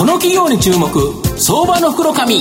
の企業に注目、相場の福の神。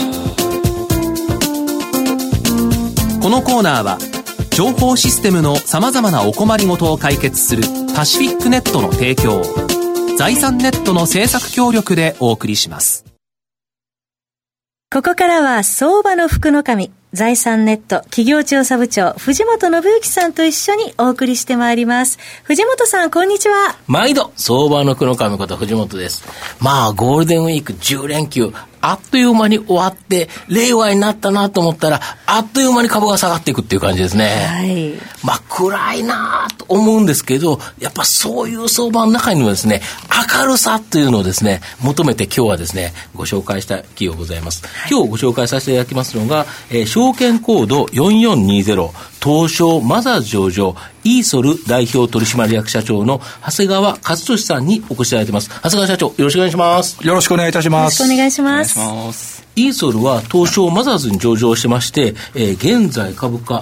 このコーナーは情報システムのさまざまなお困りごとを解決するパシフィックネットの提供、財産ネットの制作協力でお送りします。 ここからは相場の福の神、財産ネット企業調査部長藤本信之さんと一緒にお送りしてまいります。藤本さん、こんにちは。 毎度相場の福の神こと藤本です。ゴールデンウィーク10連休あっという間に終わって令和になったなと思ったら、あっという間に株が下がっていくっていう感じですね。 はい。 暗いなと思うんですけど、やっぱそういう相場の中にもですね、明るさというのをですね求めて、今日はですねご紹介した企業ございます。今日ご紹介させていただきますのが、証券コード4420東証マザーズ上場イーソル代表取締役社長の長谷川和俊さんにお越しいただいています。長谷川社長、よろしくお願いします。 よろしくお願いいたします。 よろしくお願いします。 イーソルは東証マザーズに上場してまして、現在株価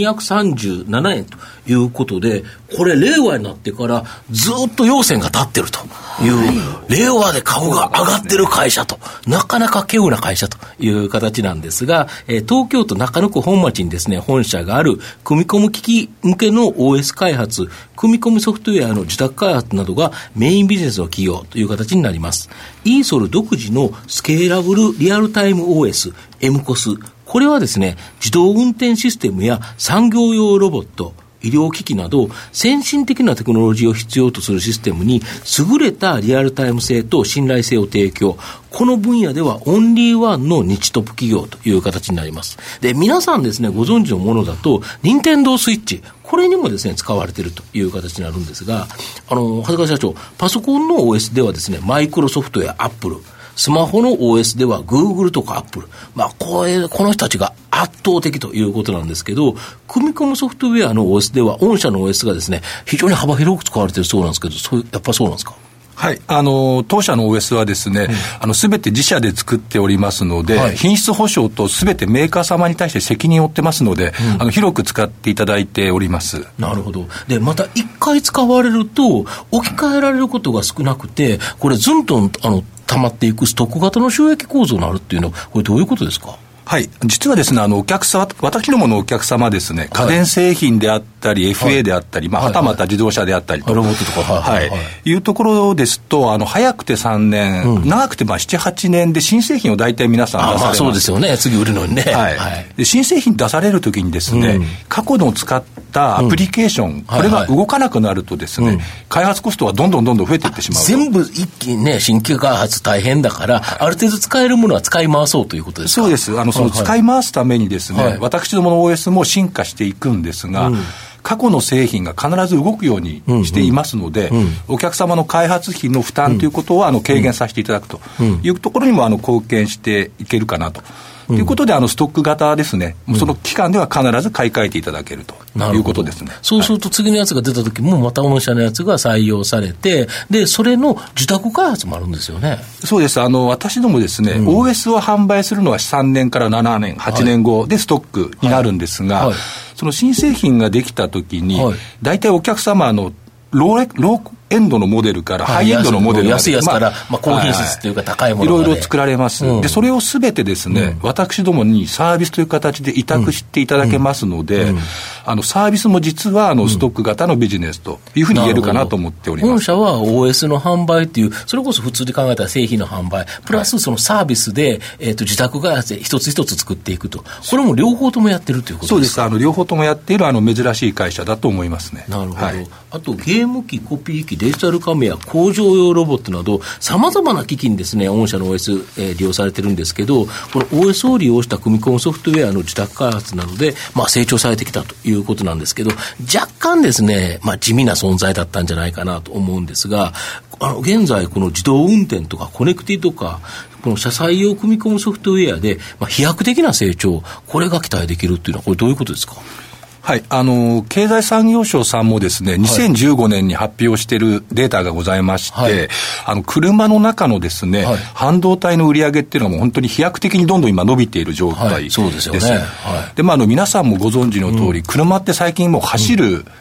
1237円ということで、これ令和になってからずっと陽線が立ってるという、令和で株が上がってる会社と、なかなか稀有な会社という形なんですが、東京都中野区本町にですね本社がある組み込む機器向けの OS 開発、組み込みソフトウェアの自宅開発などがメインビジネスの企業という形になります。イーソル独自のスケーラブルリアルタイム OS、MCOS、これはですね、自動運転システムや産業用ロボット、医療機器など先進的なテクノロジーを必要とするシステムに優れたリアルタイム性と信頼性を提供。この分野ではオンリーワンのニッチトップ企業という形になります。で、皆さんですねご存知のものだと任天堂スイッチ、これにもですね使われているという形になるんですが、長谷川社長、パソコンの OS ではですねマイクロソフトやアップル、スマホの OS では Google とか Apple、この人たちが圧倒的ということなんですけど、組み込むソフトウェアの OS では御社の OS がですね非常に幅広く使われているそうなんですけど、やっぱそうなんですか？ はい、当社の OS はですね、すべて自社で作っておりますので、品質保証とすべてメーカー様に対して責任を負ってますので、広く使っていただいております。 なるほど。で、また一回使われると置き換えられることが少なくて、これずんと溜まっていくストック型の収益構造になるっていうのは、これどういうことですか？ はい、実はですね、お客様、私どものお客様ですね、家電製品であったり、FA であったり、はたまた自動車であったりと、 ロボットとか、 いうところですと、早くて3年、長くて7、8年で新製品を大体皆さん出されます。 そうですよね、次売るのにね。 で、新製品出されるときにですね、過去の使ったアプリケーション、これが動かなくなるとですね、開発コストがどんどん増えていってしまう。 全部一気にね、新規開発大変だから、ある程度使えるものは使い回そうということですか？ そうです。使い回すためにですね、私どもの OS も進化していくんですが、過去の製品が必ず動くようにしていますので、お客様の開発費の負担ということは軽減させていただくというところにも貢献していけるかなと。ということでストック型ですね、その期間では必ず買い替えていただけるということですね。 そうすると次のやつが出た時もまた御社のやつが採用されて、でそれの受託開発もあるんですよね。 そうです。私どもですね、OS を販売するのは3年から7年8年後でストックになるんですが、その新製品ができた時に、大体お客様ローエンドのモデルからハイエンドのモデルまで、 安いやつから、高品質というか高いものまでいろいろ作られます、でそれをすべてですね、私どもにサービスという形で委託していただけますので、サービスも実はストック型のビジネスというふうに言えるかなと思っております。 本社は OS の販売っていう、それこそ普通に考えたら製品の販売プラスそのサービスで、自宅開発で一つ一つ作っていくと、これも両方ともやってるということですか？ そうです。両方ともやっている珍しい会社だと思いますね。 なるほど、あとゲーム機、コピー機、デジタルカメラ、工場用ロボットなどさまざまな機器にですね御社の OS、利用されてるんですけど、この OS を利用した組み込むソフトウェアの自宅開発などで、成長されてきたということなんですけど、若干ですね、地味な存在だったんじゃないかなと思うんですが、現在この自動運転とかコネクティとかこの車載用組み込むソフトウェアで、飛躍的な成長、これが期待できるっていうのはこれどういうことですか？ はい、経済産業省さんもですね、2015年に発表しているデータがございまして、車の中のですね、半導体の売り上げっていうのはもう本当に飛躍的にどんどん今伸びている状態です。 そうですよね。 で、皆さんもご存知の通り、車って最近もう走る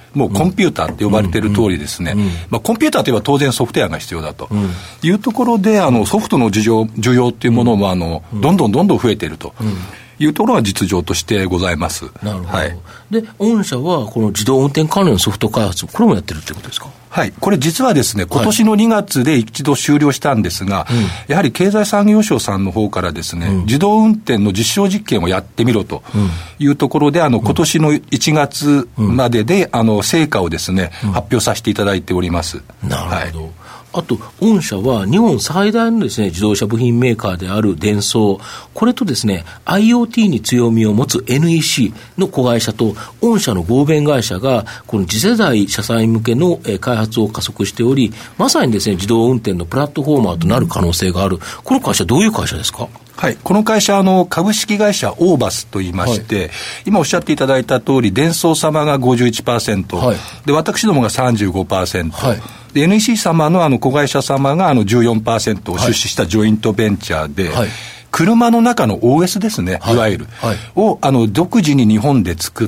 もうコンピューターって呼ばれている通りですね、コンピューターといえば当然ソフトウェアが必要だというところで、ソフトの需要っていうものもどんどん増えているというところが実情としてございます。 なるほど。はい、で、御社はこの自動運転関連のソフト開発、これもやってるということですか？ はい。これ実はですね、今年の2月で一度終了したんですが、やはり経済産業省さんの方からですね、自動運転の実証実験をやってみろというところで、今年の1月までで、成果をですね、発表させていただいております。 なるほど。はい、あと、御社は日本最大のですね、自動車部品メーカーであるデンソー、これとですね、IoT に強みを持つ NEC の子会社と、御社の合弁会社が、この次世代車載向けの開発を加速しており、まさにですね、自動運転のプラットフォーマーとなる可能性がある。この会社、どういう会社ですか？ はい。この会社、株式会社オーバスと言いまして、今おっしゃっていただいた通り、デンソー様が 51%、で、私どもが 35%、で NEC 様の子会社様が14% を出資したジョイントベンチャーで、車の中の OS ですね、いわゆる、を独自に日本で作って、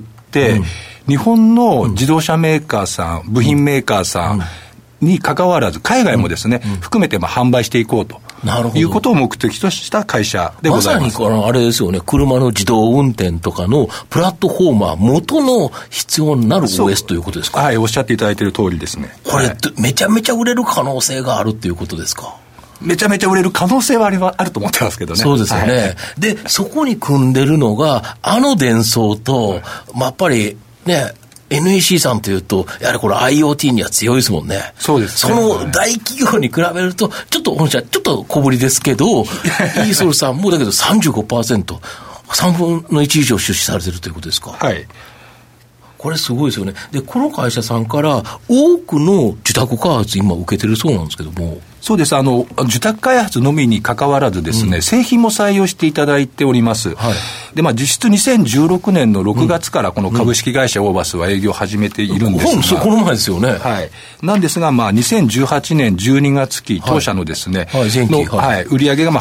日本の自動車メーカーさん、部品メーカーさんに関わらず、海外もですね、含めて販売していこうと。いうことを目的とした会社でございます。 まさにあれですよね、車の自動運転とかのプラットフォーマー元の必要になる OS ということですか？ はい、おっしゃっていただいている通りですね。 これ、めちゃめちゃ売れる可能性があるっていうことですか？ めちゃめちゃ売れる可能性はあると思ってますけどね。 そうですよね。で、そこに組んでるのが、電装と、やっぱりね、NEC さんというと、やはりこれ IoT には強いですもんね。 そうですね。 その大企業に比べると、ちょっと御社、ちょっと小ぶりですけど、イーソルさんもだけど 35%、3分の1以上出資されてるということですか？ はい。 これすごいですよね。で、この会社さんから多くの受託開発今受けてるそうなんですけども。 そうです。受託開発のみに関わらずですね、製品も採用していただいております。で、実質2016年の6月からこの株式会社オーバスは営業を始めているんですが。 この前ですよね。 はい。なんですが、2018年12月期、当社のですね、売上が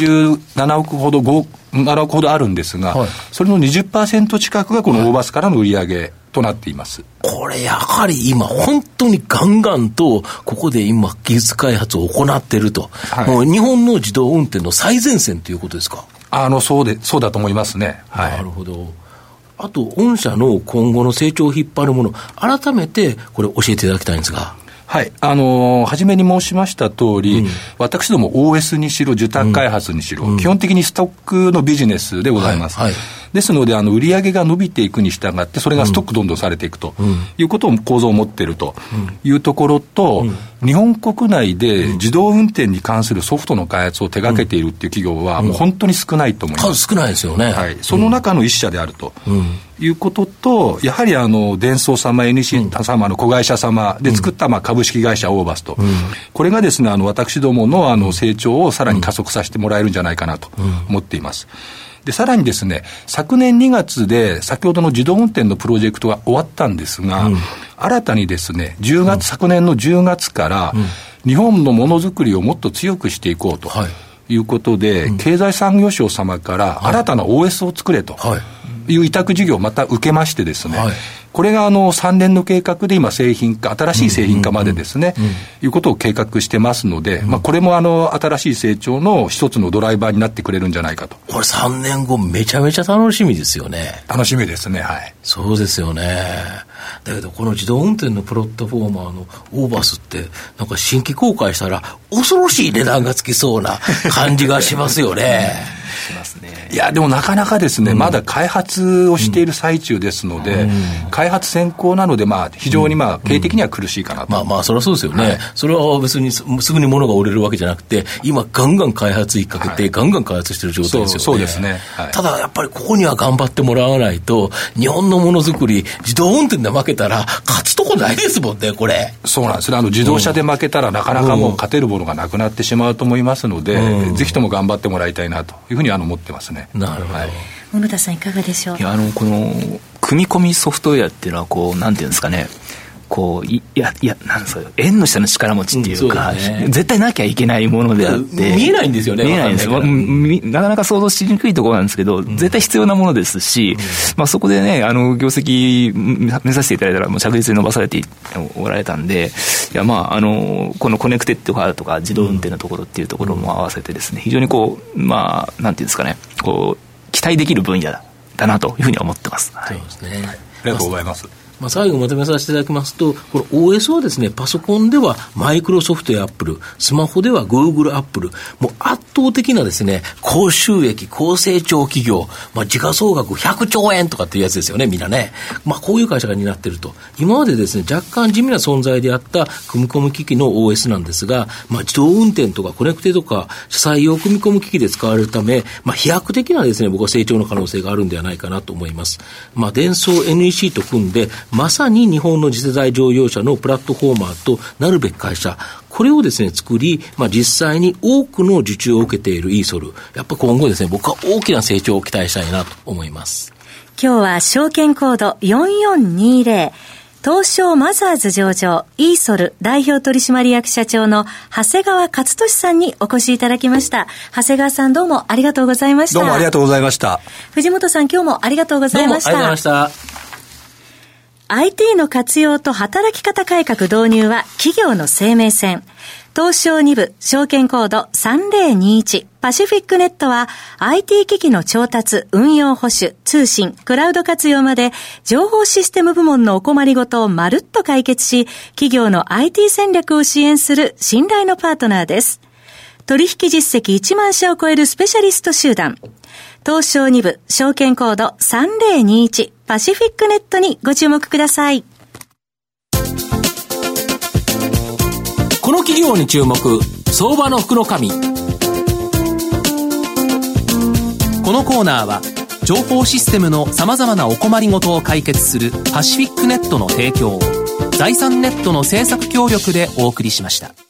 87億ほど、7億ほどあるんですが、それの 20% 近くがこのオーバスからの売上となっています。 これやはり今本当にガンガンとここで今技術開発を行っていると、もう日本の自動運転の最前線ということですか？ そうだと思いますね。 なるほど。あと御社の今後の成長を引っ張るもの、改めてこれ教えていただきたいんですが。 はい。初めに申しました通り、私ども OS にしろ、受託開発にしろ、基本的にストックのビジネスでございます。ですので、売上が伸びていくに従って、それがストックどんどんされていくということを構造を持っているというところと、日本国内で自動運転に関するソフトの開発を手掛けているっていう企業は、もう本当に少ないと思います。 数少ないですよね。 はい。その中の一社であるということと、やはりデンソー様、NEC 様の子会社様で作った株式会社オーバスと、これがですね、私どもの成長をさらに加速させてもらえるんじゃないかなと思っています。で、さらにですね、昨年2月で先ほどの自動運転のプロジェクトが終わったんですが、新たにですね、昨年の10月から、日本のものづくりをもっと強くしていこうということで、経済産業省様から新たな OS を作れという委託事業をまた受けましてですね、これが3年の計画で今新しい製品化までですね、いうことを計画してますので、これも新しい成長の一つのドライバーになってくれるんじゃないかと。 これ3年後めちゃめちゃ楽しみですよね。 楽しみですね。はい。 そうですよね。だけどこの自動運転のプラットフォーマーのオーバスってなんか新規公開したら恐ろしい値段がつきそうな感じがしますよね。 しますね。いや、でもなかなかですね、まだ開発をしている最中ですので、開発先行なので、非常に経営的には苦しいかなと。 それはそうですよね。それは別にすぐに物が売れるわけじゃなくて、今ガンガン開発費かけて、ガンガン開発している状態ですよね。 そうですね。 ただやっぱりここには頑張ってもらわないと、日本のものづくり、自動運転で負けたら勝つとこないですもんね、これ。 そうなんですね。自動車で負けたらなかなかもう勝てるものがなくなってしまうと思いますので、ぜひとも頑張ってもらいたいなというふうに思ってますね。 なるほど。 小野田さんいかがでしょう？ いや、この組み込みソフトウェアっていうのはなんていうんですかね、 こうなんですか、縁の下の力持ちっていうか、絶対なきゃいけないものであって見えないんですよね。 見えないんですよ。なかなか想像しにくいところなんですけど、絶対必要なものですし、そこでね、業績目指していただいたらもう着実に伸ばされておられたんで、いやこのコネクテッドカーとか自動運転のところっていうところも合わせてですね、非常にこうなんていうんですかね、こう期待できる分野だなというふうに思ってます。はい、 そうですね。 ありがとうございます。 最後まとめさせていただきますと、この OS はですね、パソコンではマイクロソフトやアップル、スマホでは Google、アップル、もう圧倒的なですね、高収益、高成長企業、時価総額100兆円とかっていうやつですよね、みんなね。こういう会社が担っていると。今までですね、若干地味な存在であった組み込む機器の OS なんですが、自動運転とかコネクテとか、車載用組み込む機器で使われるため、飛躍的なですね、僕は成長の可能性があるんではないかなと思います。デンソー NEC と組んで、まさに日本の次世代乗用車のプラットフォーマーとなるべき会社、これをですね作り、実際に多くの受注を受けているイーソル、やっぱ今後ですね、僕は大きな成長を期待したいなと思います。 今日は証券コード4420東証マザーズ上場イーソル代表取締役社長の長谷川勝利さんにお越しいただきました。長谷川さん、どうもありがとうございました。 どうもありがとうございました。 藤本さん、今日もありがとうございました。 どうもありがとうございました。 IT の活用と働き方改革導入は企業の生命線。東証2部証券コード3021パシフィックネットは IT 機器の調達、運用保守、通信、クラウド活用まで情報システム部門のお困りごとをまるっと解決し、企業の IT 戦略を支援する信頼のパートナーです。取引実績1万社を超えるスペシャリスト集団。東証2部証券コード3021パシフィックネットにご注目ください。 この企業に注目、相場の福の神。このコーナーは情報システムのさまざまなお困りごとを解決するパシフィックネットの提供、財産ネットの制作協力でお送りしました。